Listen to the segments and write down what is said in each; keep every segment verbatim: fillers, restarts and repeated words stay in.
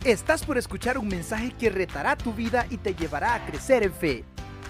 Estás por escuchar un mensaje que retará tu vida y te llevará a crecer en fe.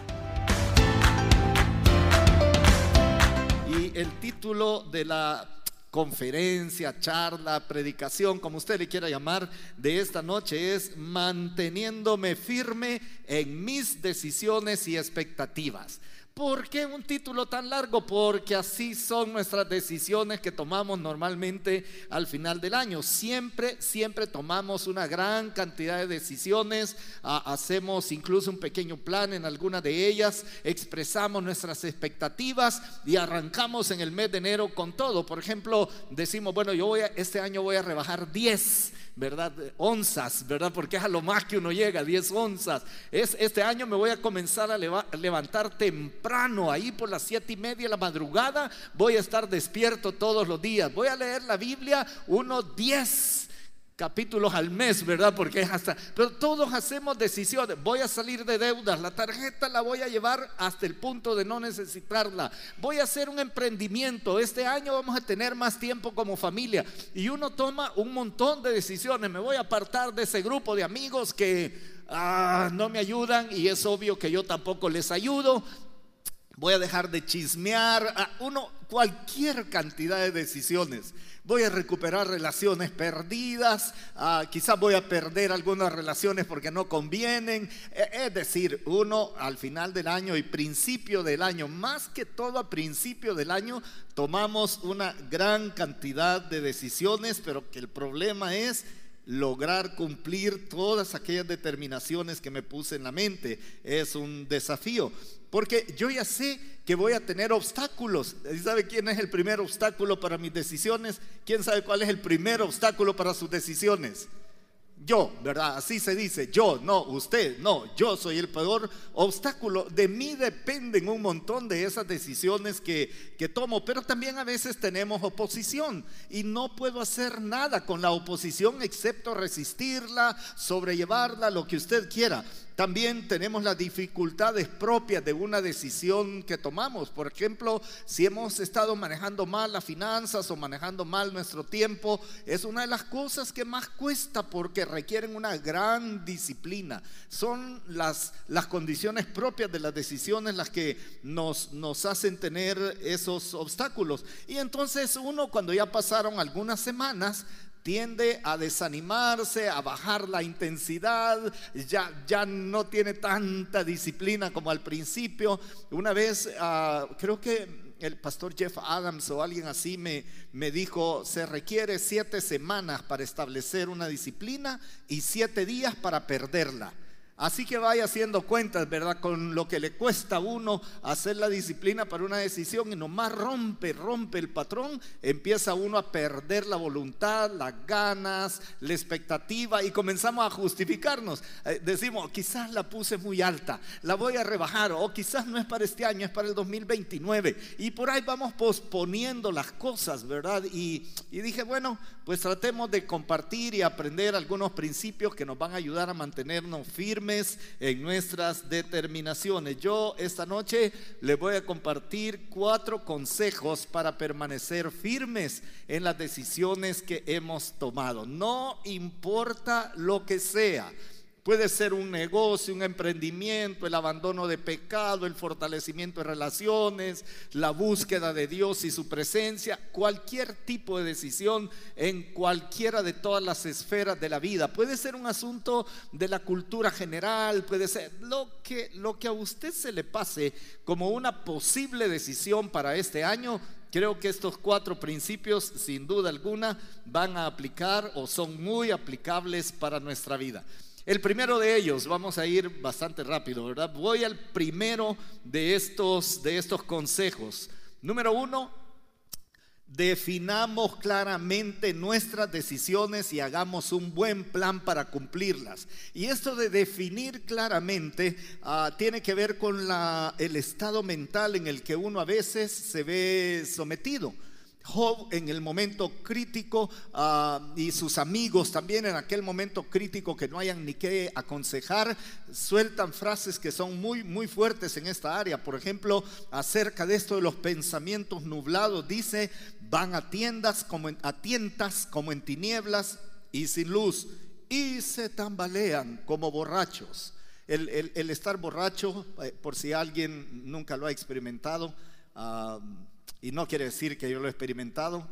Y el título de la conferencia, charla, predicación, como usted le quiera llamar, de esta noche es manteniéndome firme en mis decisiones y expectativas. ¿Por qué un título tan largo? Porque así son nuestras decisiones que tomamos normalmente al final del año. Siempre, siempre tomamos una gran cantidad de decisiones, ah, hacemos incluso un pequeño plan en algunas de ellas, expresamos nuestras expectativas y arrancamos en el mes de enero con todo. Por ejemplo, decimos, bueno, yo voy a, este año voy a rebajar diez, ¿verdad? Onzas, ¿verdad? Porque es a lo más que uno llega, diez onzas. Es, este año me voy a comenzar a, leva, a levantar temprano, ahí por las siete y media de la madrugada, voy a estar despierto todos los días. Voy a leer la Biblia unos diez capítulos al mes, ¿verdad? Porque es hasta, pero todos hacemos decisiones. Voy a salir de deudas, la tarjeta la voy a llevar hasta el punto de no necesitarla. Voy a hacer un emprendimiento, este año vamos a tener más tiempo como familia. Y uno toma un montón de decisiones. Me voy a apartar de ese grupo de amigos que ah, no me ayudan y es obvio que yo tampoco les ayudo. Voy a dejar de chismear, ah, uno, cualquier cantidad de decisiones. Voy a recuperar relaciones perdidas, uh, quizás voy a perder algunas relaciones porque no convienen. Es decir, uno al final del año y principio del año, más que todo a principio del año, tomamos una gran cantidad de decisiones, pero que el problema es lograr cumplir todas aquellas determinaciones que me puse en la mente. Es un desafío, porque yo ya sé que voy a tener obstáculos. ¿Sabe quién es el primer obstáculo para mis decisiones? ¿Quién sabe cuál es el primer obstáculo para sus decisiones? Yo, ¿verdad? Así se dice, yo, no, usted, no, yo soy el peor obstáculo. De mí dependen un montón de esas decisiones que, que tomo, pero también a veces tenemos oposición y no puedo hacer nada con la oposición excepto resistirla, sobrellevarla, lo que usted quiera. También tenemos las dificultades propias de una decisión que tomamos. Por ejemplo, si hemos estado manejando mal las finanzas o manejando mal nuestro tiempo, es una de las cosas que más cuesta porque requieren una gran disciplina. Son las, las condiciones propias de las decisiones las que nos, nos hacen tener esos obstáculos. Y entonces uno, cuando ya pasaron algunas semanas, tiende a desanimarse, a bajar la intensidad, ya, ya no tiene tanta disciplina como al principio. Una vez, uh, creo que el pastor Jeff Adams o alguien así me, me dijo, se requiere siete semanas para establecer una disciplina y siete días para perderla. Así que vaya haciendo cuentas, ¿verdad? Con lo que le cuesta a uno hacer la disciplina para una decisión y nomás rompe, rompe el patrón, empieza uno a perder la voluntad, las ganas, la expectativa y comenzamos a justificarnos. Eh, decimos, quizás la puse muy alta, la voy a rebajar, o quizás no es para este año, es para el dos mil veintinueve. Y por ahí vamos posponiendo las cosas, ¿verdad? Y, y dije, bueno, pues tratemos de compartir y aprender algunos principios que nos van a ayudar a mantenernos firmes en nuestras determinaciones. Yo esta noche les voy a compartir cuatro consejos para permanecer firmes en las decisiones que hemos tomado. No importa lo que sea. Puede ser un negocio, un emprendimiento, el abandono de pecado, el fortalecimiento de relaciones, la búsqueda de Dios y su presencia, cualquier tipo de decisión en cualquiera de todas las esferas de la vida. Puede ser un asunto de la cultura general, puede ser lo que, lo que a usted se le pase como una posible decisión para este año. Creo que estos cuatro principios, sin duda alguna, van a aplicar o son muy aplicables para nuestra vida. El primero de ellos, vamos a ir bastante rápido, ¿verdad? Voy al primero de estos, de estos consejos. Número uno, definamos claramente nuestras decisiones y hagamos un buen plan para cumplirlas. Y esto de definir claramente uh, tiene que ver con la, el estado mental en el que uno a veces se ve sometido. Job en el momento crítico uh, y sus amigos también en aquel momento crítico que no hayan ni qué aconsejar, sueltan frases que son muy muy fuertes en esta área. Por ejemplo, acerca de esto de los pensamientos nublados, dice: van a tiendas como en, a tientas como en tinieblas y sin luz, y se tambalean como borrachos. El, el, el estar borracho, eh, por si alguien nunca lo ha experimentado, uh, y no quiere decir que yo lo he experimentado,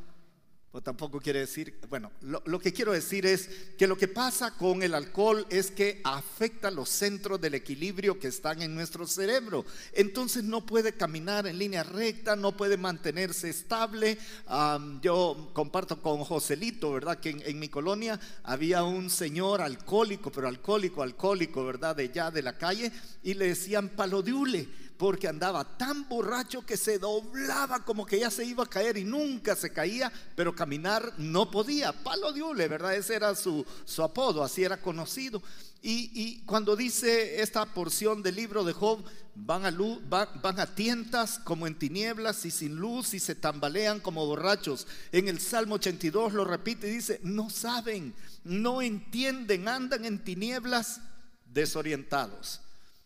o tampoco quiere decir, bueno, lo, lo que quiero decir es que lo que pasa con el alcohol es que afecta los centros del equilibrio que están en nuestro cerebro. Entonces no puede caminar en línea recta, no puede mantenerse estable. Um, yo comparto con Joselito, ¿verdad? Que en, en mi colonia había un señor alcohólico, pero alcohólico, alcohólico, ¿verdad? De ya de la calle, y le decían palo de hule, porque andaba tan borracho que se doblaba como que ya se iba a caer y nunca se caía, pero caminar no podía. Palo de hule, ¿verdad? Ese era su, su apodo, así era conocido. Y, y cuando dice esta porción del libro de Job, van a, luz, van, van a tientas como en tinieblas y sin luz, y se tambalean como borrachos. En el Salmo ochenta y dos lo repite y dice, no saben, no entienden, andan en tinieblas desorientados.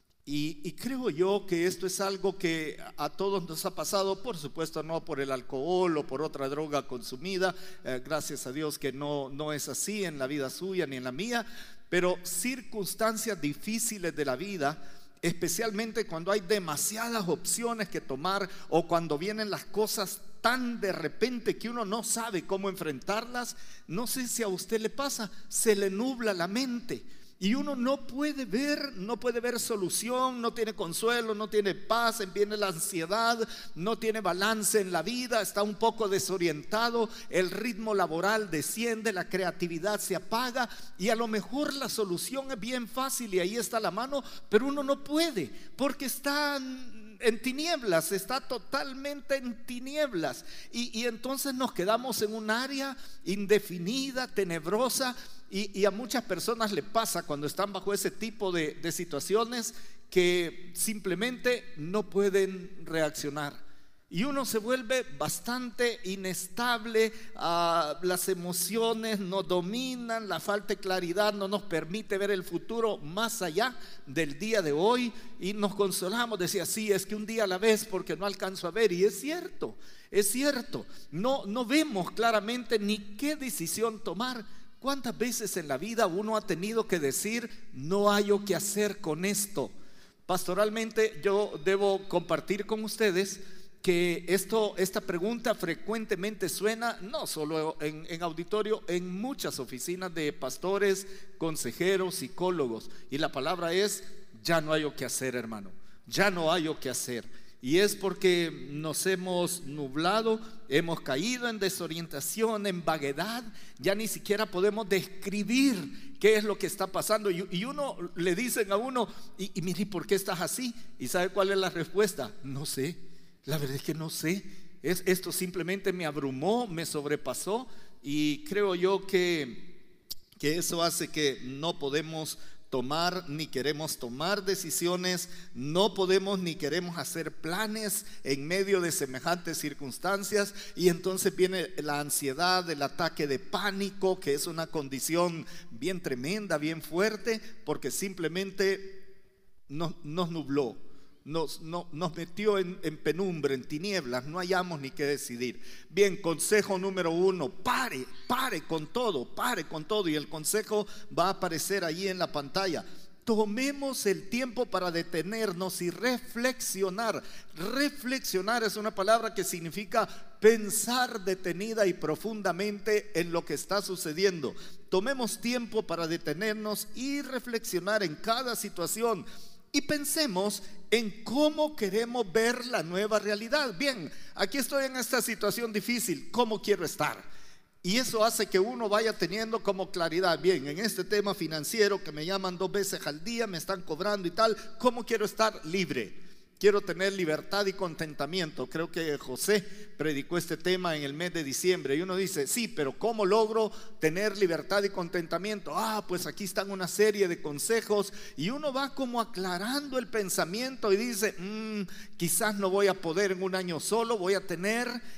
Y, y creo yo que esto es algo que a todos nos ha pasado, por supuesto no por el alcohol o por otra droga consumida, eh, gracias a Dios que no, no es así en la vida suya ni en la mía, pero circunstancias difíciles de la vida, especialmente cuando hay demasiadas opciones que tomar o cuando vienen las cosas tan de repente que uno no sabe cómo enfrentarlas. No sé si a usted le pasa, se le nubla la mente y uno no puede ver, no puede ver solución, no tiene consuelo, no tiene paz, viene la ansiedad, no tiene balance en la vida, está un poco desorientado, el ritmo laboral desciende, la creatividad se apaga y a lo mejor la solución es bien fácil y ahí está la mano, pero uno no puede porque está en tinieblas, está totalmente en tinieblas y, y entonces nos quedamos en un área indefinida, tenebrosa. Y, y a muchas personas le pasa cuando están bajo ese tipo de, de situaciones que simplemente no pueden reaccionar. Y uno se vuelve bastante inestable, uh, las emociones nos dominan, la falta de claridad no nos permite ver el futuro más allá del día de hoy. Y nos consolamos, decía, sí, es que un día a la vez porque no alcanzo a ver. Y es cierto, es cierto, no, no vemos claramente ni qué decisión tomar. ¿Cuántas veces en la vida uno ha tenido que decir, no hallo qué hacer con esto? Pastoralmente yo debo compartir con ustedes que esto, esta pregunta frecuentemente suena, no solo en, en auditorio, en muchas oficinas de pastores, consejeros, psicólogos. Y la palabra es, ya no hallo qué hacer, hermano, ya no hallo qué hacer. Y es porque nos hemos nublado, hemos caído en desorientación, en vaguedad, ya ni siquiera podemos describir qué es lo que está pasando. Y, y uno le dicen a uno, y, y mire, ¿por qué estás así? ¿Y sabe cuál es la respuesta? No sé, la verdad es que no sé. Es, esto simplemente me abrumó, me sobrepasó y creo yo que, que eso hace que no podemos tomar ni queremos tomar decisiones, no podemos ni queremos hacer planes en medio de semejantes circunstancias. Y entonces viene la ansiedad, el ataque de pánico, que es una condición bien tremenda, bien fuerte, porque simplemente nos, nos nubló, nos, no, nos metió en, en penumbra, en tinieblas, no hallamos ni qué decidir. Bien, consejo número uno, pare, pare con todo, pare con todo. Y el consejo va a aparecer ahí en la pantalla. Tomemos el tiempo para detenernos y reflexionar. Reflexionar es una palabra que significa pensar detenida y profundamente en lo que está sucediendo. Tomemos tiempo para detenernos y reflexionar en cada situación. Y pensemos en cómo queremos ver la nueva realidad. Bien, aquí estoy en esta situación difícil, ¿cómo quiero estar? Y eso hace que uno vaya teniendo como claridad. Bien, en este tema financiero que me llaman dos veces al día, me están cobrando y tal, ¿cómo quiero estar? Libre. Quiero tener libertad y contentamiento. Creo que José predicó este tema en el mes de diciembre. Y uno dice, sí, pero ¿cómo logro tener libertad y contentamiento? Ah, pues aquí están una serie de consejos. Y uno va como aclarando el pensamiento y dice, mmm, quizás no voy a poder en un año solo, voy a tener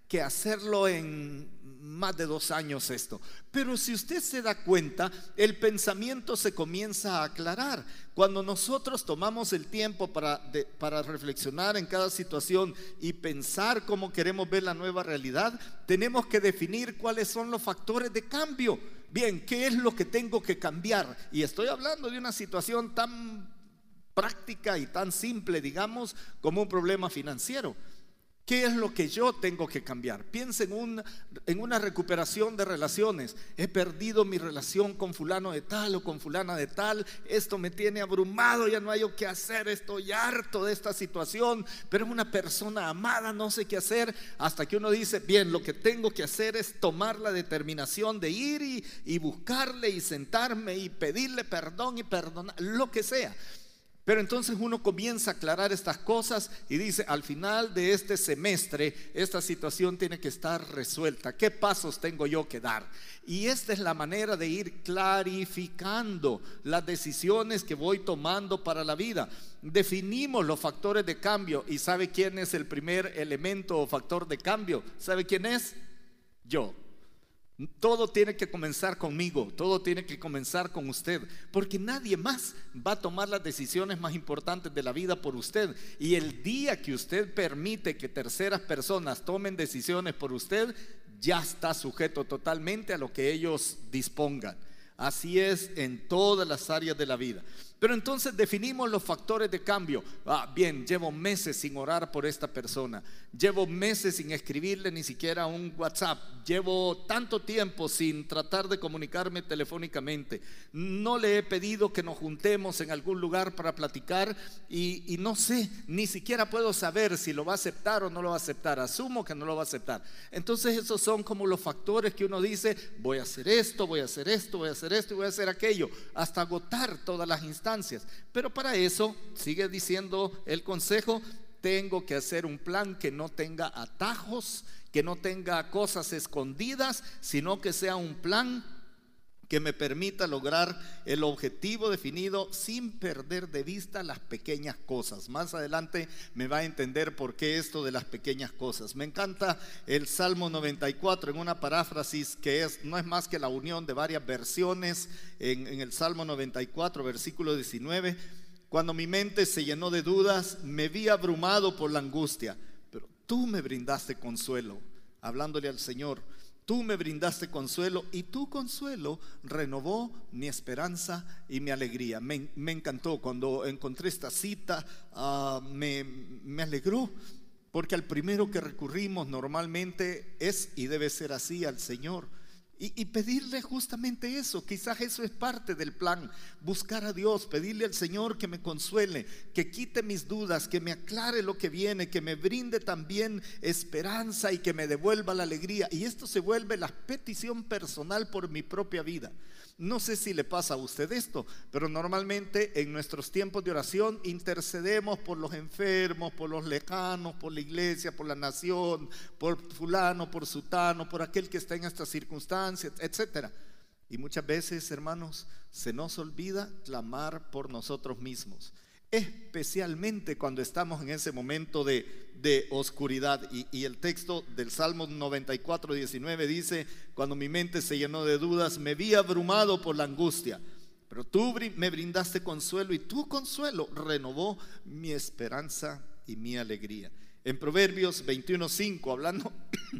que hacerlo en más de dos años esto. Pero si usted se da cuenta, el pensamiento se comienza a aclarar. Cuando nosotros tomamos el tiempo para, de, para reflexionar en cada situación y pensar cómo queremos ver la nueva realidad, tenemos que definir cuáles son los factores de cambio. Bien, ¿qué es lo que tengo que cambiar? Y estoy hablando de una situación tan práctica y tan simple, digamos, como un problema financiero. ¿Qué es lo que yo tengo que cambiar? Piensa en, un, en una recuperación de relaciones. He perdido mi relación con fulano de tal o con fulana de tal. Esto me tiene abrumado, ya no hay qué hacer. Estoy harto de esta situación, pero es una persona amada, no sé qué hacer. Hasta que uno dice, bien, lo que tengo que hacer es tomar la determinación de ir y, y buscarle y sentarme y pedirle perdón y perdonar, lo que sea. Pero entonces uno comienza a aclarar estas cosas y dice, al final de este semestre, esta situación tiene que estar resuelta. ¿Qué pasos tengo yo que dar? Y esta es la manera de ir clarificando las decisiones que voy tomando para la vida. Definimos los factores de cambio. ¿Y sabe quién es el primer elemento o factor de cambio? ¿Sabe quién es? Yo. Todo tiene que comenzar conmigo, todo tiene que comenzar con usted, porque nadie más va a tomar las decisiones más importantes de la vida por usted. Y el día que usted permite que terceras personas tomen decisiones por usted, ya está sujeto totalmente a lo que ellos dispongan. Así es en todas las áreas de la vida. Pero entonces definimos los factores de cambio. Ah, bien, llevo meses sin orar por esta persona. Llevo meses sin escribirle ni siquiera un WhatsApp. Llevo tanto tiempo sin tratar de comunicarme telefónicamente. No le he pedido que nos juntemos en algún lugar para platicar y, y no sé, ni siquiera puedo saber si lo va a aceptar o no lo va a aceptar. Asumo que no lo va a aceptar. Entonces esos son como los factores que uno dice, voy a hacer esto, voy a hacer esto, voy a hacer esto y voy a hacer aquello, hasta agotar todas las instancias. Pero para eso, sigue diciendo el consejo, tengo que hacer un plan que no tenga atajos, que no tenga cosas escondidas, sino que sea un plan que me permita lograr el objetivo definido sin perder de vista las pequeñas cosas. Más adelante me va a entender por qué esto de las pequeñas cosas. Me encanta el Salmo noventa y cuatro en una paráfrasis que es, no es más que la unión de varias versiones. En, en el Salmo noventa y cuatro, versículo diecinueve, cuando mi mente se llenó de dudas, me vi abrumado por la angustia, pero tú me brindaste consuelo, hablándole al Señor. Tú me brindaste consuelo y tu consuelo renovó mi esperanza y mi alegría. Me, me encantó cuando encontré esta cita, uh, me, me alegró, porque al primero que recurrimos normalmente es y debe ser así al Señor. Y, y pedirle justamente eso. Quizás eso es parte del plan, buscar a Dios, pedirle al Señor que me consuele, que quite mis dudas, que me aclare lo que viene, que me brinde también esperanza y que me devuelva la alegría. Y esto se vuelve la petición personal por mi propia vida. No sé si le pasa a usted esto, pero normalmente en nuestros tiempos de oración intercedemos por los enfermos, por los lejanos, por la iglesia, por la nación, por fulano, por sutano, por aquel que está en estas circunstancias, etcétera. Y muchas veces, hermanos, se nos olvida clamar por nosotros mismos, especialmente cuando estamos en ese momento de, de oscuridad. Y, y el texto del Salmo noventa y cuatro, diecinueve dice, cuando mi mente se llenó de dudas, me vi abrumado por la angustia, pero tú me brindaste consuelo y tu consuelo renovó mi esperanza y mi alegría. En Proverbios veintiuno cinco, hablando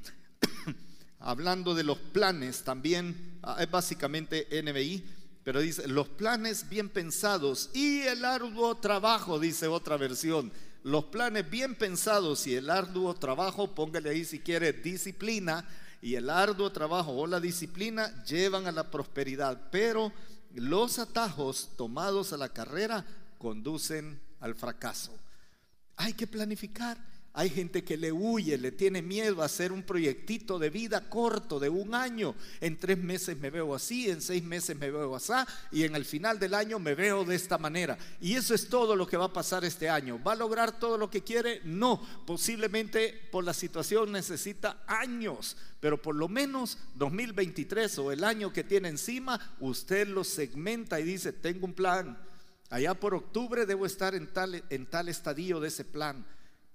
hablando de los planes, también es básicamente N B I, pero dice, los planes bien pensados y el arduo trabajo, dice otra versión. Los planes bien pensados y el arduo trabajo, póngale ahí si quiere disciplina, y el arduo trabajo o la disciplina llevan a la prosperidad, pero los atajos tomados a la carrera conducen al fracaso. Hay que planificar. Hay gente que le huye, le tiene miedo a hacer un proyectito de vida corto de un año. En tres meses me veo así, en seis meses me veo así, y en el final del año me veo de esta manera. Y eso es todo lo que va a pasar este año. ¿Va a lograr todo lo que quiere? No, posiblemente por la situación necesita años, pero por lo menos dos mil veintitrés o el año que tiene encima, usted lo segmenta y dice, tengo un plan. Allá por octubre debo estar en tal, en tal estadio de ese plan.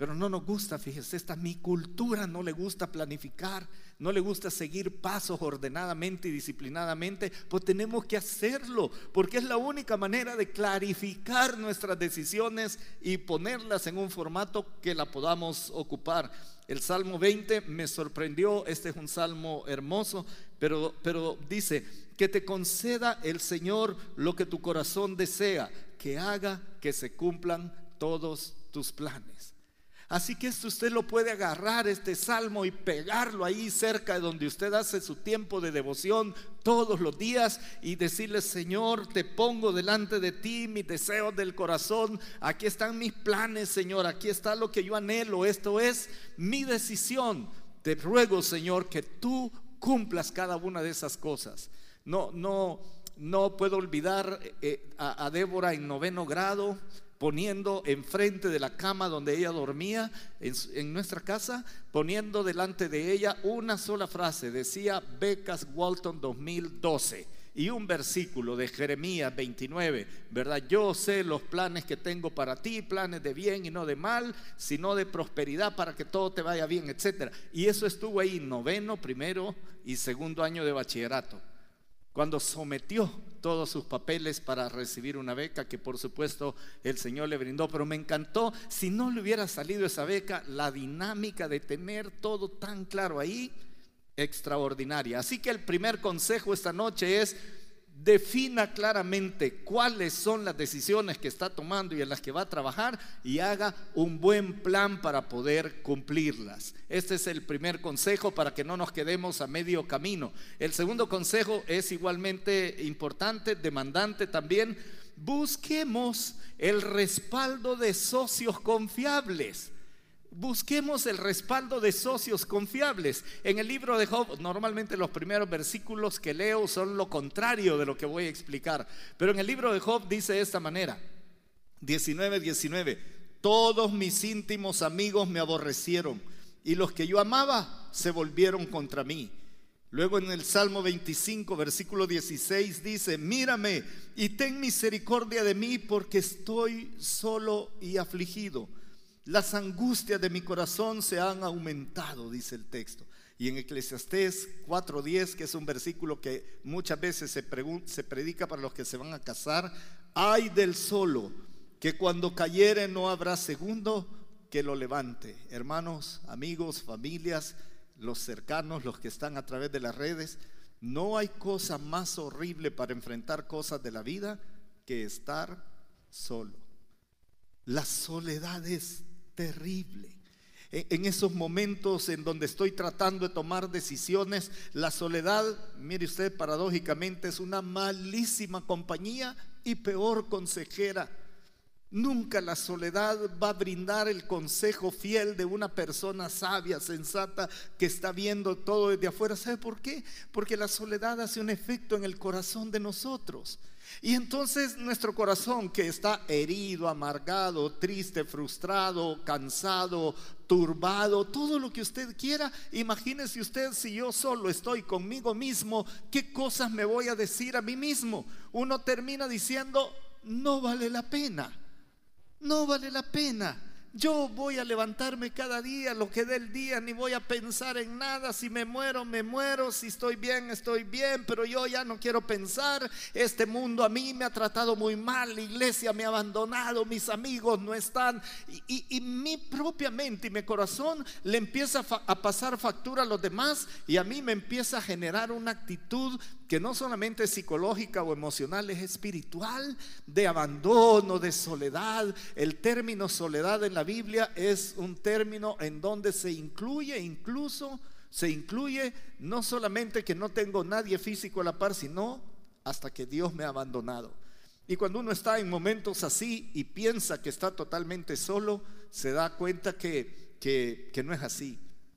Pero no nos gusta, fíjese, esta mi cultura no le gusta planificar, no le gusta seguir pasos ordenadamente y disciplinadamente. Pues tenemos que hacerlo, porque es la única manera de clarificar nuestras decisiones y ponerlas en un formato que la podamos ocupar. El Salmo veinte me sorprendió. Este es un salmo hermoso, pero, pero dice: que te conceda el Señor lo que tu corazón desea, que haga que se cumplan todos tus planes. Así que esto usted lo puede agarrar, este salmo, y pegarlo ahí cerca de donde usted hace su tiempo de devoción todos los días, y decirle: Señor, te pongo delante de ti mis deseos del corazón. Aquí están mis planes, Señor, aquí está lo que yo anhelo, esto es mi decisión. Te ruego, Señor, que tú cumplas cada una de esas cosas. No, no, no puedo olvidar eh, a, a Débora en noveno grado, poniendo enfrente de la cama donde ella dormía en, en nuestra casa, poniendo delante de ella una sola frase. Decía Becas Walton dos mil doce, y un versículo de Jeremías veintinueve, ¿verdad? Yo sé los planes que tengo para ti, planes de bien y no de mal, sino de prosperidad, para que todo te vaya bien, etcétera. Y eso estuvo ahí noveno, primero y segundo año de bachillerato, cuando sometió todos sus papeles para recibir una beca que por supuesto el Señor le brindó. Pero me encantó, si no le hubiera salido esa beca, la dinámica de tener todo tan claro ahí, extraordinaria. Así que el primer consejo esta noche es: defina claramente cuáles son las decisiones que está tomando y en las que va a trabajar, y haga un buen plan para poder cumplirlas. Este es el primer consejo, para que no nos quedemos a medio camino. El segundo consejo es igualmente importante, demandante también: busquemos el respaldo de socios confiables. Busquemos el respaldo de socios confiables. En el libro de Job, normalmente los primeros versículos que leo son lo contrario de lo que voy a explicar, pero en el libro de Job dice de esta manera, diecinueve diecinueve: todos mis íntimos amigos me aborrecieron, y los que yo amaba se volvieron contra mí. Luego en el Salmo veinticinco, versículo dieciséis dice: mírame y ten misericordia de mí, porque estoy solo y afligido. Las angustias de mi corazón se han aumentado, dice el texto. Y en Eclesiastés cuatro diez, que es un versículo que muchas veces se, se predica para los que se van a casar: ay del solo, que cuando cayere no habrá segundo que lo levante. Hermanos, amigos, familias, los cercanos, los que están a través de las redes, no hay cosa más horrible para enfrentar cosas de la vida que estar solo. La soledad es terrible. En esos momentos en donde estoy tratando de tomar decisiones, la soledad, mire usted, paradójicamente es una malísima compañía y peor consejera. Nunca la soledad va a brindar el consejo fiel de una persona sabia, sensata, que está viendo todo desde afuera. ¿Sabe por qué? Porque la soledad hace un efecto en el corazón de nosotros. Y entonces nuestro corazón, que está herido, amargado, triste, frustrado, cansado, turbado, todo lo que usted quiera, imagínese usted, si yo solo estoy conmigo mismo, ¿qué cosas me voy a decir a mí mismo? Uno termina diciendo: no vale la pena, no vale la pena. Yo voy a levantarme cada día, lo que dé el día, ni voy a pensar en nada. Si me muero, me muero. Si estoy bien, estoy bien. Pero yo ya no quiero pensar. Este mundo a mí me ha tratado muy mal. La iglesia me ha abandonado. Mis amigos no están. Y, y, y mi propia mente y mi corazón le empieza a, a pasar factura a los demás. Y a mí me empieza a generar una actitud que no solamente es psicológica o emocional, es espiritual, de abandono, de soledad. El término soledad en la Biblia es un término en donde se incluye, incluso se incluye no solamente que no tengo nadie físico a la par, sino hasta que Dios me ha abandonado. Y cuando uno está en momentos así y piensa que está totalmente solo, se da cuenta que, que, que no es así,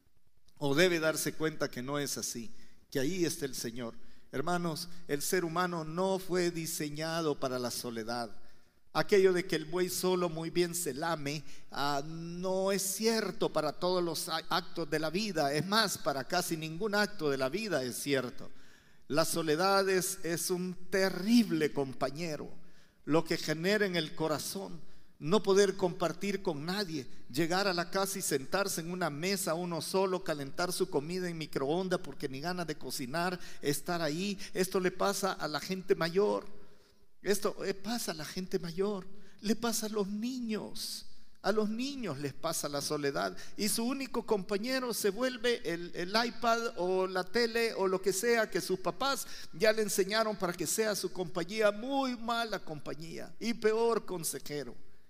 o debe darse cuenta que no es así, que ahí está el Señor. Hermanos, el ser humano no fue diseñado para la soledad. Aquello de que el buey solo muy bien se lame, uh, no es cierto para todos los actos de la vida. Es más, para casi ningún acto de la vida es cierto. La soledad es, es un terrible compañero. Lo que genera en el corazón no poder compartir con nadie, llegar a la casa y sentarse en una mesa uno solo, calentar su comida en microondas porque ni ganas de cocinar, estar ahí. Esto le pasa a la gente mayor, esto le pasa a la gente mayor, le pasa a los niños. A los niños les pasa la soledad y su único compañero se vuelve el, el iPad o la tele o lo que sea que sus papás ya le enseñaron para que sea su compañía. Muy mala compañía y peor consejero.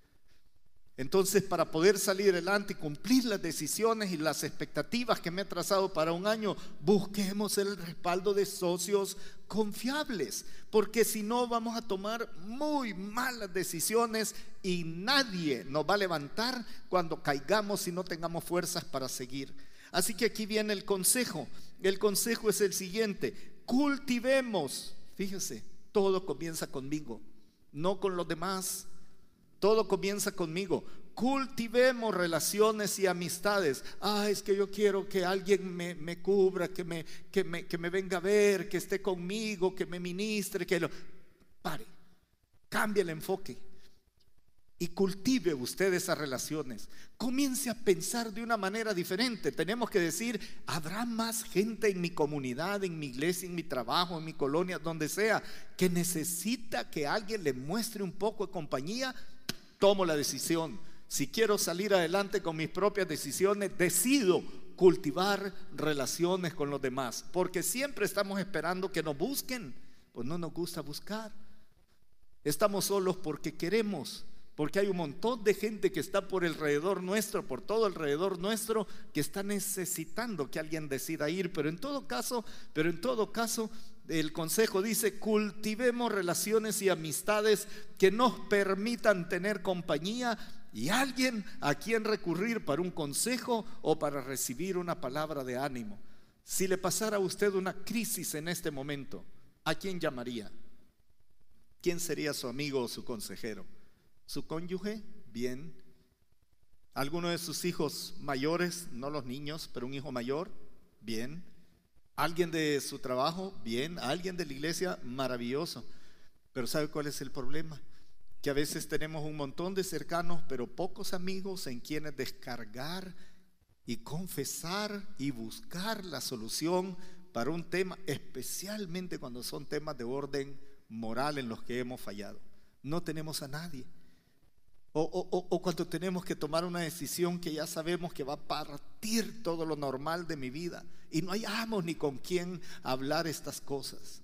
Entonces, para poder salir adelante y cumplir las decisiones y las expectativas que me he trazado para un año, busquemos el respaldo de socios confiables, porque si no vamos a tomar muy malas decisiones y nadie nos va a levantar cuando caigamos y no tengamos fuerzas para seguir. Así que aquí viene el consejo. El consejo es el siguiente: cultivemos. Fíjese, todo comienza conmigo, no con los demás. Todo comienza conmigo. Cultivemos relaciones y amistades. Ah, es que yo quiero que alguien me, me cubra, que me, que, me, que me venga a ver, que esté conmigo, que me ministre, que lo... Pare, cambie el enfoque y cultive usted esas relaciones. Comience a pensar de una manera diferente. Tenemos que decir: habrá más gente en mi comunidad, en mi iglesia, en mi trabajo, en mi colonia, donde sea, que necesita que alguien le muestre un poco de compañía. Tomo la decisión. Si quiero salir adelante con mis propias decisiones, decido cultivar relaciones con los demás, porque siempre estamos esperando que nos busquen. Pues no nos gusta buscar. Estamos solos porque queremos, porque hay un montón de gente que está por alrededor nuestro, por todo alrededor nuestro, que está necesitando que alguien decida ir. Pero en todo caso, pero en todo caso, el consejo dice: cultivemos relaciones y amistades que nos permitan tener compañía y alguien a quien recurrir para un consejo o para recibir una palabra de ánimo. Si le pasara a usted una crisis en este momento, ¿a quién llamaría? ¿Quién sería su amigo o su consejero? ¿Su cónyuge? Bien. ¿Alguno de sus hijos mayores? No los niños, pero un hijo mayor. Bien. ¿Alguien de su trabajo? Bien. ¿Alguien de la iglesia? Maravilloso. Pero ¿sabe cuál es el problema? Que a veces tenemos un montón de cercanos, pero pocos amigos en quienes descargar y confesar y buscar la solución para un tema, especialmente cuando son temas de orden moral en los que hemos fallado. No tenemos a nadie. O, o, o cuando tenemos que tomar una decisión que ya sabemos que va a partir todo lo normal de mi vida y no hayamos ni con quién hablar estas cosas.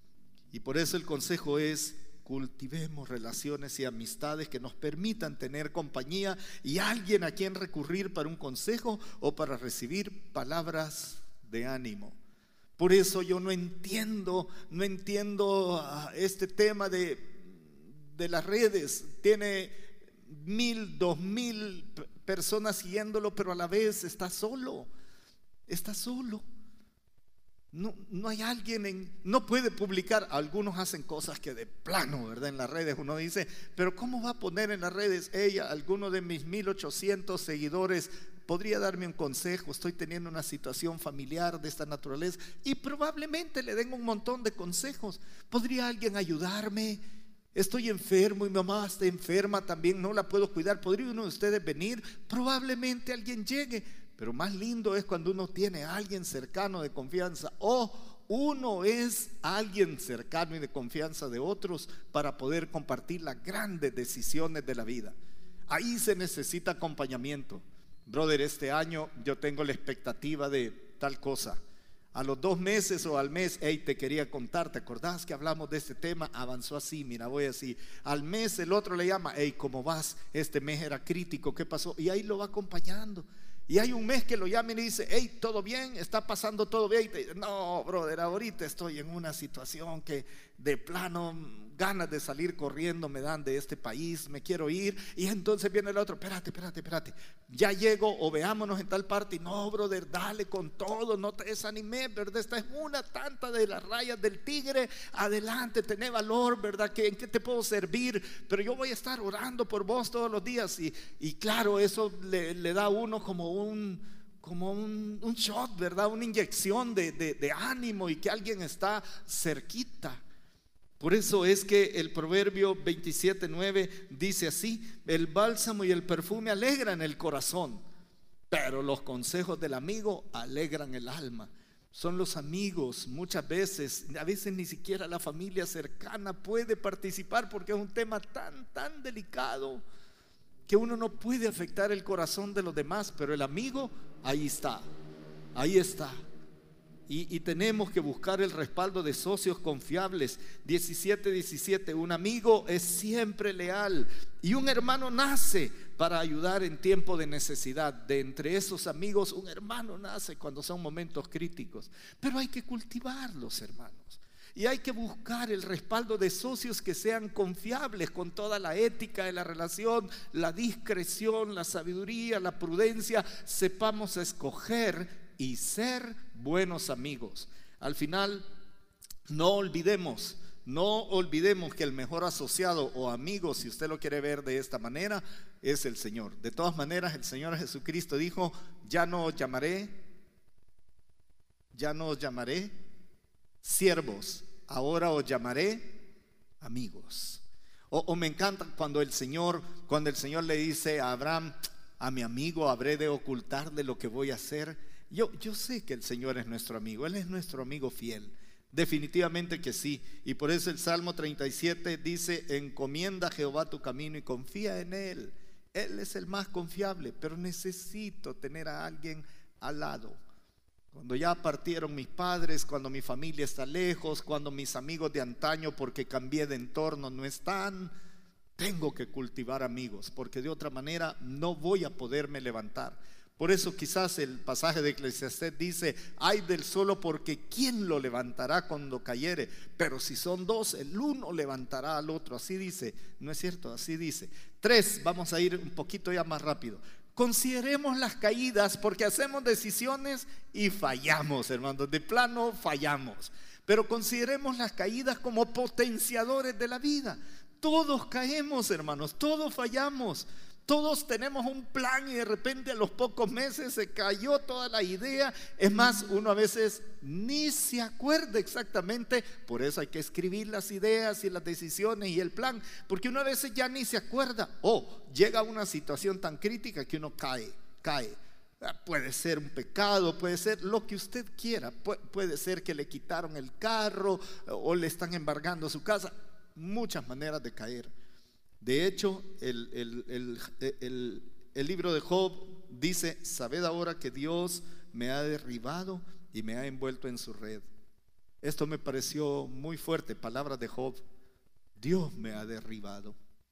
Y por eso el consejo es: cultivemos relaciones y amistades que nos permitan tener compañía y alguien a quien recurrir para un consejo o para recibir palabras de ánimo. Por eso yo no entiendo, no entiendo este tema de, de las redes. Tiene mil, dos mil personas siguiéndolo, pero a la vez está solo, está solo. No, no hay alguien en, no puede publicar. Algunos hacen cosas que de plano, ¿verdad? En las redes uno dice: pero ¿cómo va a poner en las redes ella, alguno de mis mil ochocientos seguidores, podría darme un consejo? Estoy teniendo una situación familiar de esta naturaleza, y probablemente le den un montón de consejos. ¿Podría alguien ayudarme? Estoy enfermo y mi mamá está enferma también, no la puedo cuidar. ¿Podría uno de ustedes venir? Probablemente alguien llegue. Pero más lindo es cuando uno tiene a alguien cercano de confianza, o uno es alguien cercano y de confianza de otros, para poder compartir las grandes decisiones de la vida. Ahí se necesita acompañamiento. Brother, este año yo tengo la expectativa de tal cosa. A los dos meses o al mes: hey, te quería contar, ¿te acordás que hablamos de este tema? Avanzó así, mira, voy así. Al mes el otro le llama: hey, ¿cómo vas? Este mes era crítico, ¿qué pasó? Y ahí lo va acompañando. Y hay un mes que lo llama y le dice: hey, ¿todo bien? ¿Está pasando todo bien? Y te dice: no, brother, ahorita estoy en una situación que de plano ganas de salir corriendo me dan de este país, me quiero ir. Y entonces viene el otro: espérate, espérate, espérate, ya llego, o veámonos en tal parte. Y no, brother, dale con todo, no te desanimes, ¿verdad? Esta es una tanta de las rayas del tigre, adelante, tené valor, ¿verdad? ¿En qué te puedo servir? Pero yo voy a estar orando por vos todos los días. Y, y claro, eso le, le da a uno como un... como un, un shot, ¿verdad? Una inyección de, de, de ánimo, y que alguien está cerquita. Por eso es que el Proverbio veintisiete nueve dice así: el bálsamo y el perfume alegran el corazón, pero los consejos del amigo alegran el alma. Son los amigos, muchas veces, a veces ni siquiera la familia cercana puede participar, porque es un tema tan, tan delicado que uno no puede afectar el corazón de los demás, pero el amigo ahí está, ahí está. Y, y tenemos que buscar el respaldo de socios confiables. diecisiete diecisiete, un amigo es siempre leal y un hermano nace para ayudar en tiempo de necesidad. De entre esos amigos, un hermano nace cuando son momentos críticos, pero hay que cultivarlos, hermanos. Y hay que buscar el respaldo de socios que sean confiables, con toda la ética de la relación, la discreción, la sabiduría, la prudencia. Sepamos escoger y ser buenos amigos. Al final, no olvidemos, no olvidemos que el mejor asociado o amigo, si usted lo quiere ver de esta manera, es el Señor. De todas maneras, el Señor Jesucristo dijo: ya no os llamaré, ya no os llamaré siervos, ahora os llamaré amigos. O, o me encanta cuando el Señor, cuando el Señor le dice a Abraham: a mi amigo habré de ocultarle lo que voy a hacer. Yo, yo sé que el Señor es nuestro amigo, Él es nuestro amigo fiel, definitivamente que sí. Y por eso el Salmo treinta y siete dice: encomienda a Jehová tu camino y confía en Él. Él es el más confiable, pero necesito tener a alguien al lado. Cuando ya partieron mis padres, cuando mi familia está lejos, cuando mis amigos de antaño, porque cambié de entorno, no están, tengo que cultivar amigos, porque de otra manera no voy a poderme levantar. Por eso quizás el pasaje de Eclesiastés dice: ay del solo, porque ¿quién lo levantará cuando cayere? Pero si son dos, el uno levantará al otro. Así dice, ¿no es cierto? Así dice. Tres, vamos a ir un poquito ya más rápido. Consideremos las caídas, porque hacemos decisiones y fallamos, hermanos. De plano fallamos. Pero consideremos las caídas como potenciadores de la vida. Todos caemos, hermanos, todos fallamos. Todos tenemos un plan y de repente a los pocos meses se cayó toda la idea. Es más, uno a veces ni se acuerda exactamente. Por eso hay que escribir las ideas y las decisiones y el plan, porque uno a veces ya ni se acuerda. O llega a una situación tan crítica que uno cae, cae. Puede ser un pecado, puede ser lo que usted quiera. Pu- puede ser que le quitaron el carro o le están embargando su casa. Muchas maneras de caer. De hecho, el, el, el, el, el libro de Job dice: sabed ahora que Dios me ha derribado y me ha envuelto en su red. Esto me pareció muy fuerte, palabras de Job. Dios me ha derribado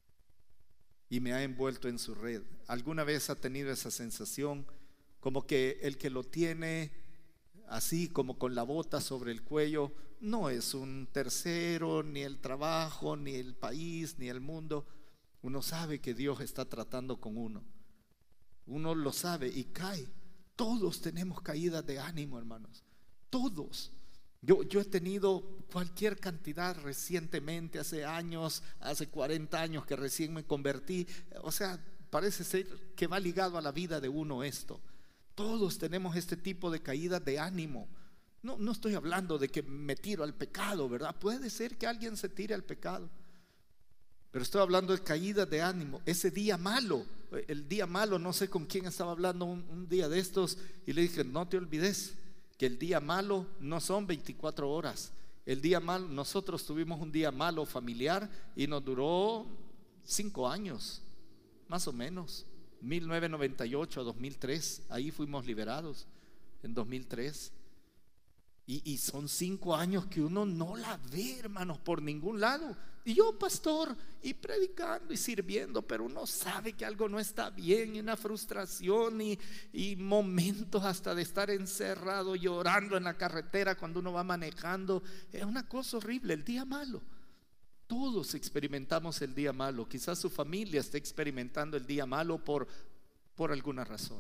y me ha envuelto en su red. ¿Alguna vez ha tenido esa sensación como que el que lo tiene así como con la bota sobre el cuello no es un tercero, ni el trabajo, ni el país, ni el mundo? Uno sabe que Dios está tratando con uno. Uno lo sabe y cae. Todos tenemos caídas de ánimo, hermanos. Todos. Yo, yo he tenido cualquier cantidad recientemente, hace años, hace cuarenta años que recién me convertí. O sea, parece ser que va ligado a la vida de uno esto. Todos tenemos este tipo de caídas de ánimo. No, no estoy hablando de que me tiro al pecado, ¿verdad? Puede ser que alguien se tire al pecado, pero estoy hablando de caídas de ánimo. Ese día malo, el día malo, no sé con quién estaba hablando un, un día de estos, y le dije: no te olvides que el día malo no son veinticuatro horas. El día malo, nosotros tuvimos un día malo familiar y nos duró cinco años, más o menos. mil novecientos noventa y ocho a dos mil tres, ahí fuimos liberados, en dos mil tres. Y, y son cinco años que uno no la ve, hermanos, por ningún lado. Y yo, pastor, y predicando y sirviendo, pero uno sabe que algo no está bien, y una frustración y, y momentos hasta de estar encerrado llorando en la carretera cuando uno va manejando. Es una cosa horrible, el día malo. Todos experimentamos el día malo. Quizás su familia esté experimentando el día malo por, por alguna razón.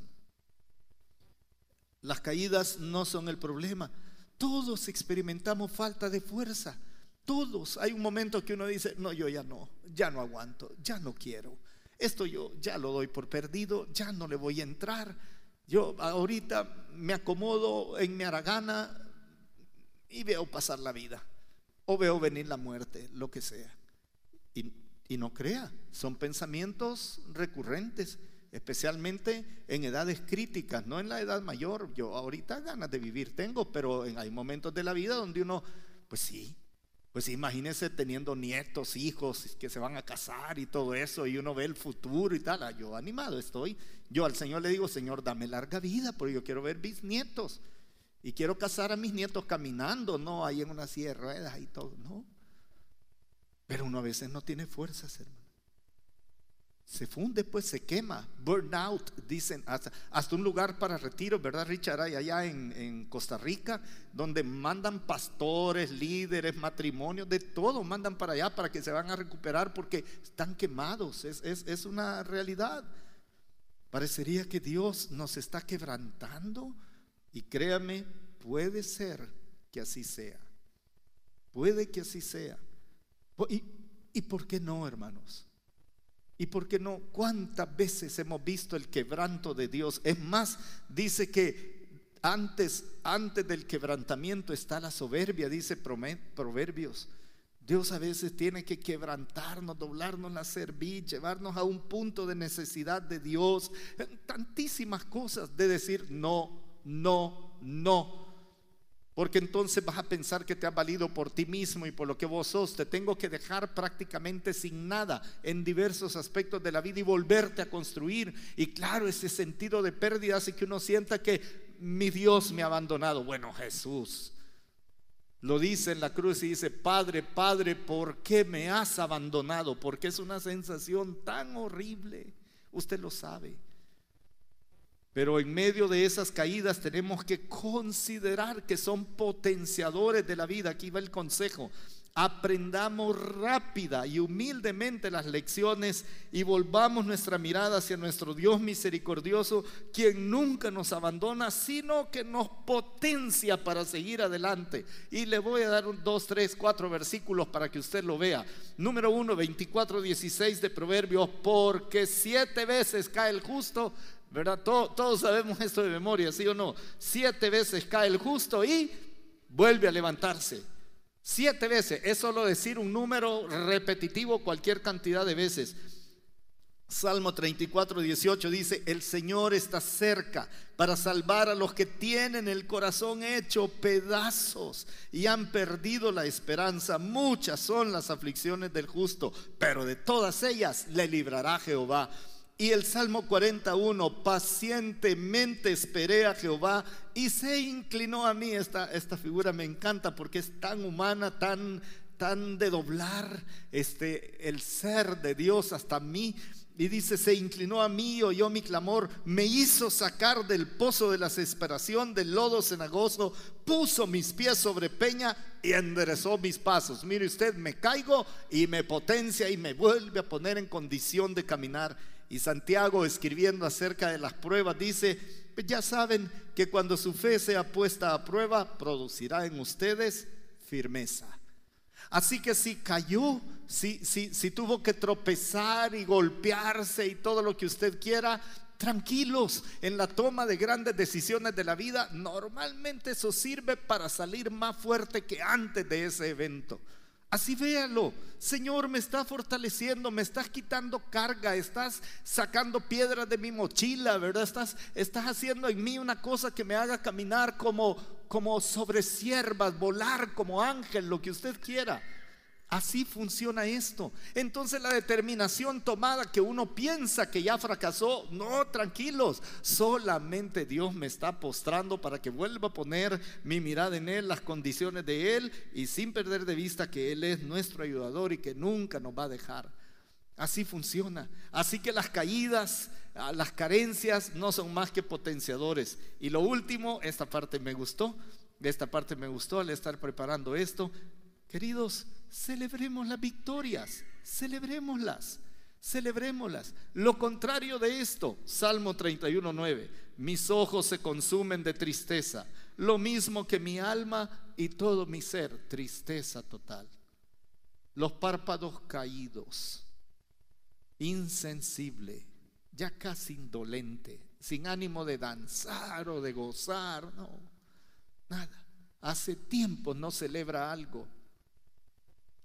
Las caídas no son el problema. Todos experimentamos falta de fuerza. Todos. Hay un momento que uno dice: no, yo ya no, ya no aguanto, ya no quiero. Esto yo ya lo doy por perdido, ya no le voy a entrar. Yo ahorita me acomodo en mi haragana y veo pasar la vida. o veo venir la muerte, lo que sea. Y, y no crea, son pensamientos recurrentes, especialmente en edades críticas, no en la edad mayor. Yo ahorita ganas de vivir tengo, pero en, hay momentos de la vida donde uno, pues sí, pues imagínese teniendo nietos, hijos que se van a casar y todo eso, y uno ve el futuro y tal. Ah, yo animado estoy. Yo al Señor le digo: Señor, dame larga vida, porque yo quiero ver bisnietos y quiero casar a mis nietos caminando, no ahí en una silla de ruedas y todo, no. Pero uno a veces no tiene fuerzas, hermano. Se funde, pues se quema, burnout, dicen, hasta, hasta un lugar para retiro, ¿verdad, Richard? Hay allá en, en Costa Rica, donde mandan pastores, líderes, matrimonios, de todo, mandan para allá para que se van a recuperar porque están quemados. Es, es, es una realidad. Parecería que Dios nos está quebrantando, y créame, puede ser que así sea. Puede que así sea. ¿Y, y por qué no, hermanos? ¿Y por qué no? ¿Cuántas veces hemos visto el quebranto de Dios? Es más, dice que antes, antes del quebrantamiento está la soberbia, dice Proverbios. Dios a veces tiene que quebrantarnos, doblarnos la cerviz, llevarnos a un punto de necesidad de Dios, tantísimas cosas, de decir no, no, no. Porque entonces vas a pensar que te has valido por ti mismo y por lo que vos sos. Te tengo que dejar prácticamente sin nada en diversos aspectos de la vida y volverte a construir. Y claro, ese sentido de pérdida hace que uno sienta que mi Dios me ha abandonado. Bueno, Jesús lo dice en la cruz y dice: Padre, Padre, ¿por qué me has abandonado? Porque es una sensación tan horrible. Usted lo sabe. Pero en medio de esas caídas tenemos que considerar que son potenciadores de la vida. Aquí va el consejo: aprendamos rápida y humildemente las lecciones y volvamos nuestra mirada hacia nuestro Dios misericordioso, quien nunca nos abandona, sino que nos potencia para seguir adelante. Y le voy a dar un, dos, tres, cuatro versículos para que usted lo vea. Número uno, veinticuatro dieciséis de Proverbios: porque siete veces cae el justo, ¿verdad? Todo, todos sabemos esto de memoria, ¿sí o no? Siete veces cae el justo y vuelve a levantarse. Siete veces, es solo decir un número repetitivo cualquier cantidad de veces. Salmo treinta y cuatro dieciocho dice: el Señor está cerca para salvar a los que tienen el corazón hecho pedazos y han perdido la esperanza. Muchas son las aflicciones del justo, pero de todas ellas le librará Jehová. Y el Salmo cuarenta y uno: pacientemente esperé a Jehová y se inclinó a mí. Esta, esta figura me encanta porque es tan humana, tan, tan de doblar este, el ser de Dios hasta mí. Y dice: se inclinó a mí, oyó mi clamor, me hizo sacar del pozo de la desesperación, del lodo cenagoso, puso mis pies sobre peña y enderezó mis pasos. Mire usted, me caigo y me potencia y me vuelve a poner en condición de caminar. Y Santiago, escribiendo acerca de las pruebas, dice: ya saben que cuando su fe sea puesta a prueba, producirá en ustedes firmeza. Así que si cayó, si, si, si tuvo que tropezar y golpearse y todo lo que usted quiera, tranquilos. En la toma de grandes decisiones de la vida, normalmente eso sirve para salir más fuerte que antes de ese evento. Así véalo: Señor, me está fortaleciendo, me estás quitando carga, estás sacando piedras de mi mochila, ¿verdad? Estás, estás haciendo en mí una cosa que me haga caminar como, como sobre ciervas, volar como ángel, lo que usted quiera. Así funciona esto. Entonces la determinación tomada que uno piensa que ya fracasó, no, tranquilos, solamente Dios me está postrando para que vuelva a poner mi mirada en Él, las condiciones de Él, y sin perder de vista que Él es nuestro ayudador y que nunca nos va a dejar. Así funciona. Así que las caídas, las carencias no son más que potenciadores. Y lo último, esta parte me gustó, esta parte me gustó al estar preparando esto. Queridos, celebremos las victorias, celebrémoslas, celebrémoslas. Lo contrario de esto, Salmo treinta y uno nueve: mis ojos se consumen de tristeza, lo mismo que mi alma y todo mi ser, tristeza total. Los párpados caídos, insensible, ya casi indolente, sin ánimo de danzar o de gozar, no, nada. Hace tiempo no celebra algo.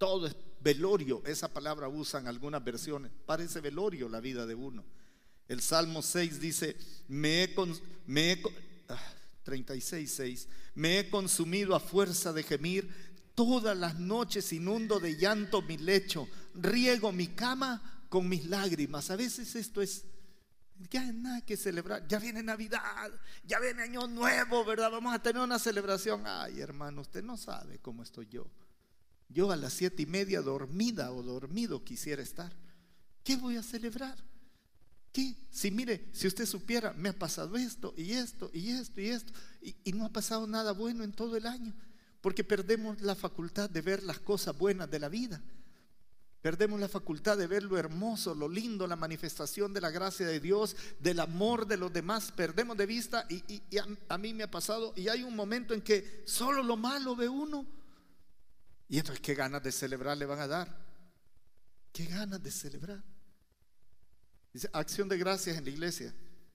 Todo es velorio, esa palabra usan algunas versiones. Parece velorio la vida de uno. El Salmo seis dice, me he, con, me he ah, treinta y seis, seis, me he consumido a fuerza de gemir, todas las noches inundo de llanto mi lecho, riego mi cama con mis lágrimas. A veces esto es, ya hay nada que celebrar, ya viene Navidad, ya viene Año Nuevo, ¿verdad? Vamos a tener una celebración. Ay, hermano, usted no sabe cómo estoy yo. Yo a las siete y media dormida o dormido quisiera estar. ¿Qué voy a celebrar? ¿Qué? Si mire, si usted supiera, me ha pasado esto y esto y esto y esto y, y no ha pasado nada bueno en todo el año, porque perdemos la facultad de ver las cosas buenas de la vida. Perdemos la facultad de ver lo hermoso, lo lindo, la manifestación de la gracia de Dios, del amor de los demás. Perdemos de vista y, y, y a, a mí me ha pasado, y hay un momento en que solo lo malo ve uno. Y entonces, ¿qué ganas de celebrar le van a dar? ¿Qué ganas de celebrar? Dice, acción de gracias en la iglesia.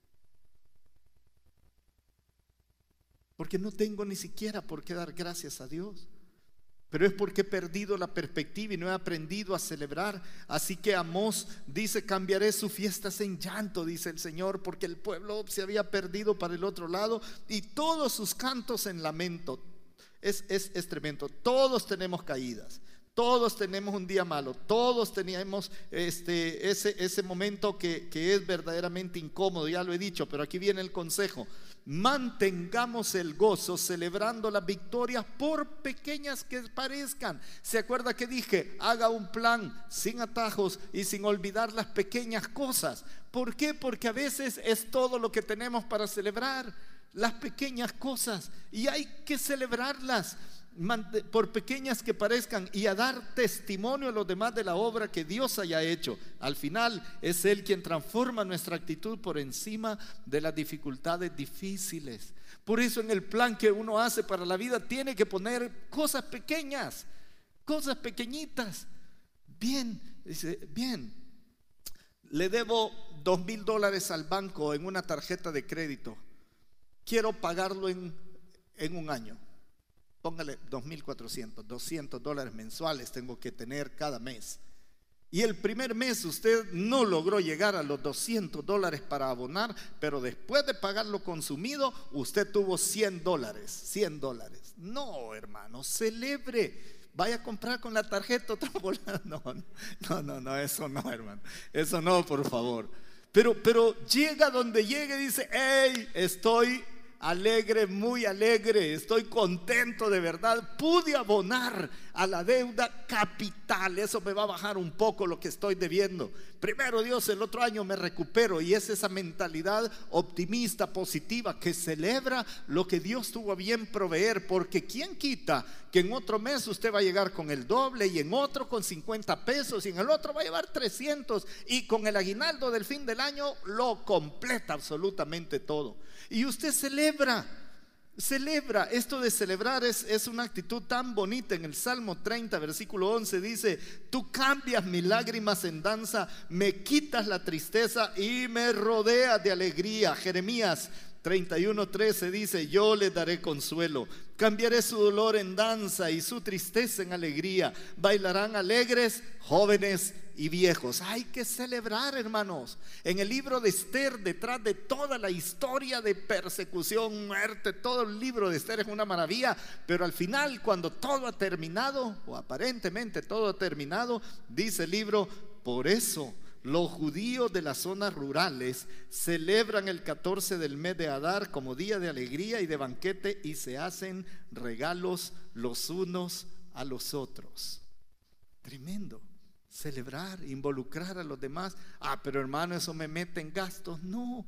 Porque no tengo ni siquiera por qué dar gracias a Dios. Pero es porque he perdido la perspectiva y no he aprendido a celebrar. Así que Amós dice, cambiaré sus fiestas en llanto, dice el Señor, porque el pueblo se había perdido para el otro lado, y todos sus cantos en lamento. Es, es, es tremendo. Todos tenemos caídas, todos tenemos un día malo, todos teníamos este, ese, ese momento que, que es verdaderamente incómodo, ya lo he dicho, pero aquí viene el consejo. Mantengamos el gozo celebrando las victorias, por pequeñas que parezcan. ¿Se acuerda que dije? Haga un plan sin atajos y sin olvidar las pequeñas cosas. ¿Por qué? Porque a veces es todo lo que tenemos para celebrar, las pequeñas cosas, y hay que celebrarlas, por pequeñas que parezcan, y a dar testimonio a los demás de la obra que Dios haya hecho. Al final es Él quien transforma nuestra actitud por encima de las dificultades difíciles. Por eso en el plan que uno hace para la vida tiene que poner cosas pequeñas, cosas pequeñitas. Bien, dice, bien, le debo dos mil dólares al banco en una tarjeta de crédito, quiero pagarlo en, en un año. Póngale dos mil cuatrocientos, doscientos dólares mensuales tengo que tener cada mes. Y el primer mes usted no logró llegar a los doscientos dólares para abonar, pero después de pagar lo consumido, usted tuvo cien dólares, cien dólares. No, hermano, celebre. Vaya a comprar con la tarjeta otra bola. No, no, no, no, eso no, hermano. Eso no, por favor. Pero, pero llega donde llegue y dice, hey, estoy alegre, muy alegre, estoy contento de verdad, pude abonar a la deuda capital, eso me va a bajar un poco lo que estoy debiendo. Primero Dios, el otro año me recupero. Y es esa mentalidad optimista, positiva, que celebra lo que Dios tuvo a bien proveer, porque ¿quién quita que en otro mes usted va a llegar con el doble, y en otro con cincuenta pesos, y en el otro va a llevar trescientos, y con el aguinaldo del fin del año lo completa absolutamente todo? Y usted celebra, celebra. Esto de celebrar es, es una actitud tan bonita. En el Salmo treinta, versículo once dice, tú cambias mis lágrimas en danza, me quitas la tristeza y me rodeas de alegría. Jeremías treinta y uno, trece dice, yo les daré consuelo, cambiaré su dolor en danza y su tristeza en alegría. Bailarán alegres jóvenes y viejos. Hay que celebrar, hermanos. En el libro de Esther, detrás de toda la historia de persecución, muerte, todo el libro de Esther es una maravilla, pero al final, cuando todo ha terminado, o aparentemente todo ha terminado, dice el libro, por eso los judíos de las zonas rurales celebran el catorce del mes de Adar como día de alegría y de banquete, y se hacen regalos los unos a los otros. Tremendo. Celebrar, involucrar a los demás. Ah, pero hermano, eso me mete en gastos. No,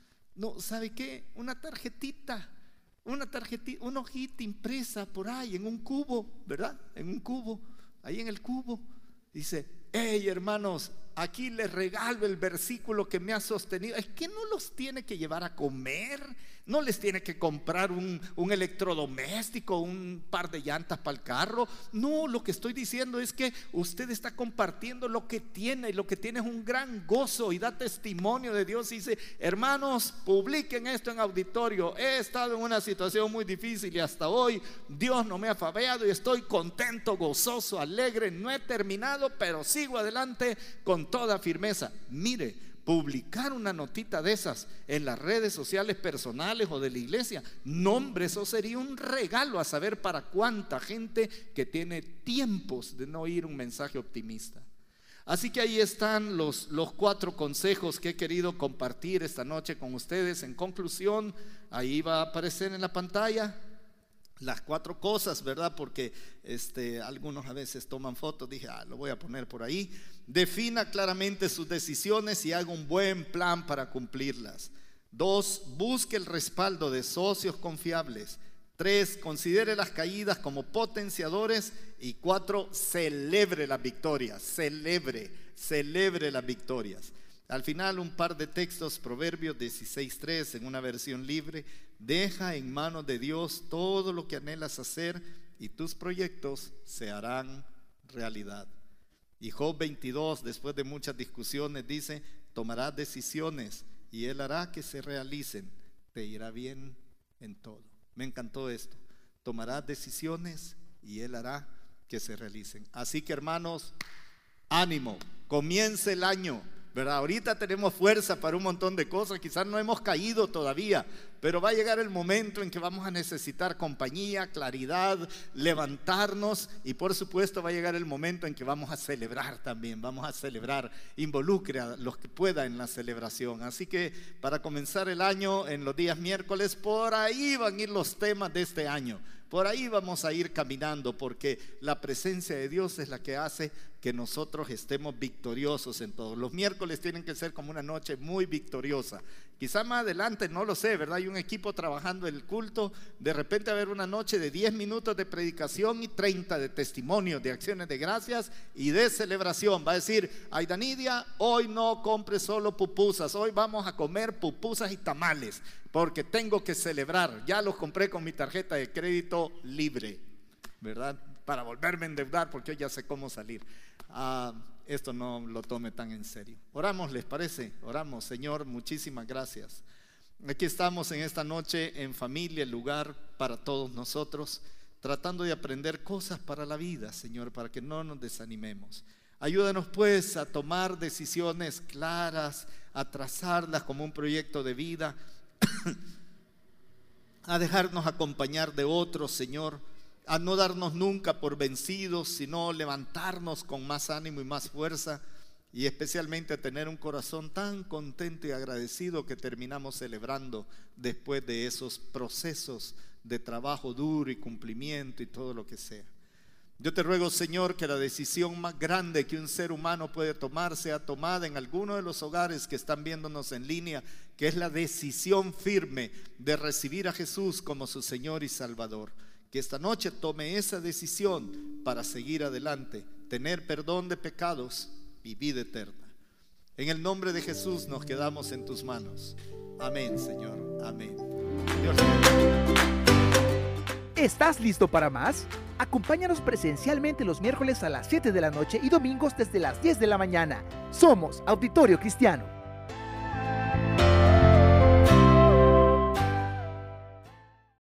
no, ¿sabe qué? Una tarjetita, una tarjetita, una hojita impresa por ahí en un cubo, ¿verdad? En un cubo, ahí en el cubo. Dice, hey hermanos, aquí les regalo el versículo que me ha sostenido. Es que no los tiene que llevar a comer, no les tiene que comprar un, un electrodoméstico, un par de llantas para el carro. No, lo que estoy diciendo es que usted está compartiendo lo que tiene, y lo que tiene es un gran gozo y da testimonio de Dios. Y dice: hermanos, publiquen esto en auditorio. He estado en una situación muy difícil y hasta hoy Dios no me ha fabeado y estoy contento, gozoso, alegre. No he terminado, pero sigo adelante con toda firmeza. Mire, publicar una notita de esas en las redes sociales personales o de la iglesia, no, hombre, eso sería un regalo, a saber para cuánta gente que tiene tiempos de no oír un mensaje optimista. Así que ahí están los, los cuatro consejos que he querido compartir esta noche con ustedes. En conclusión, ahí va a aparecer en la pantalla las cuatro cosas, ¿verdad? Porque este, algunos a veces toman fotos. Dije, ah, lo voy a poner por ahí. Defina claramente sus decisiones y haga un buen plan para cumplirlas. Dos, busque el respaldo de socios confiables. Tres, considere las caídas como potenciadores. Y cuatro, celebre las victorias. Celebre, celebre las victorias. Al final, un par de textos, Proverbios dieciséis tres, en una versión libre. Deja en manos de Dios todo lo que anhelas hacer y tus proyectos se harán realidad. Y Job veintidós, después de muchas discusiones, dice: tomarás decisiones y Él hará que se realicen. Te irá bien en todo. Me encantó esto. Tomarás decisiones y Él hará que se realicen. Así que, hermanos, ánimo, comience el año, ¿verdad? Ahorita tenemos fuerza para un montón de cosas, quizás no hemos caído todavía, pero va a llegar el momento en que vamos a necesitar compañía, claridad, levantarnos, y por supuesto va a llegar el momento en que vamos a celebrar también, vamos a celebrar. Involucre a los que pueda en la celebración. Así que para comenzar el año, en los días miércoles, por ahí van a ir los temas de este año. Por ahí vamos a ir caminando, porque la presencia de Dios es la que hace que nosotros estemos victoriosos en todo. Los miércoles tienen que ser como una noche muy victoriosa. Quizá más adelante, no lo sé, ¿verdad? Hay un equipo trabajando el culto. De repente va a haber una noche de diez minutos de predicación y treinta de testimonios, de acciones de gracias y de celebración. Va a decir: Aida Nidia, hoy no compre solo pupusas, hoy vamos a comer pupusas y tamales, porque tengo que celebrar. Ya los compré con mi tarjeta de crédito libre, ¿verdad? Para volverme a endeudar, porque hoy ya sé cómo salir. Ah, esto no lo tome tan en serio. Oramos, ¿les parece? Oramos. Señor, muchísimas gracias. Aquí estamos en esta noche en familia, el lugar para todos nosotros, tratando de aprender cosas para la vida, Señor, para que no nos desanimemos. Ayúdanos pues a tomar decisiones claras, a trazarlas como un proyecto de vida, a dejarnos acompañar de otros, Señor, a no darnos nunca por vencidos, sino levantarnos con más ánimo y más fuerza, y especialmente a tener un corazón tan contento y agradecido que terminamos celebrando después de esos procesos de trabajo duro y cumplimiento y todo lo que sea. Yo te ruego, Señor, que la decisión más grande que un ser humano puede tomar sea tomada en alguno de los hogares que están viéndonos en línea, que es la decisión firme de recibir a Jesús como su Señor y Salvador. Que esta noche tome esa decisión para seguir adelante, tener perdón de pecados y vida eterna. En el nombre de Jesús nos quedamos en tus manos. Amén, Señor. Amén. Dios te bendiga. ¿Estás listo para más? Acompáñanos presencialmente los miércoles a las siete de la noche y domingos desde las diez de la mañana. Somos Auditorio Cristiano.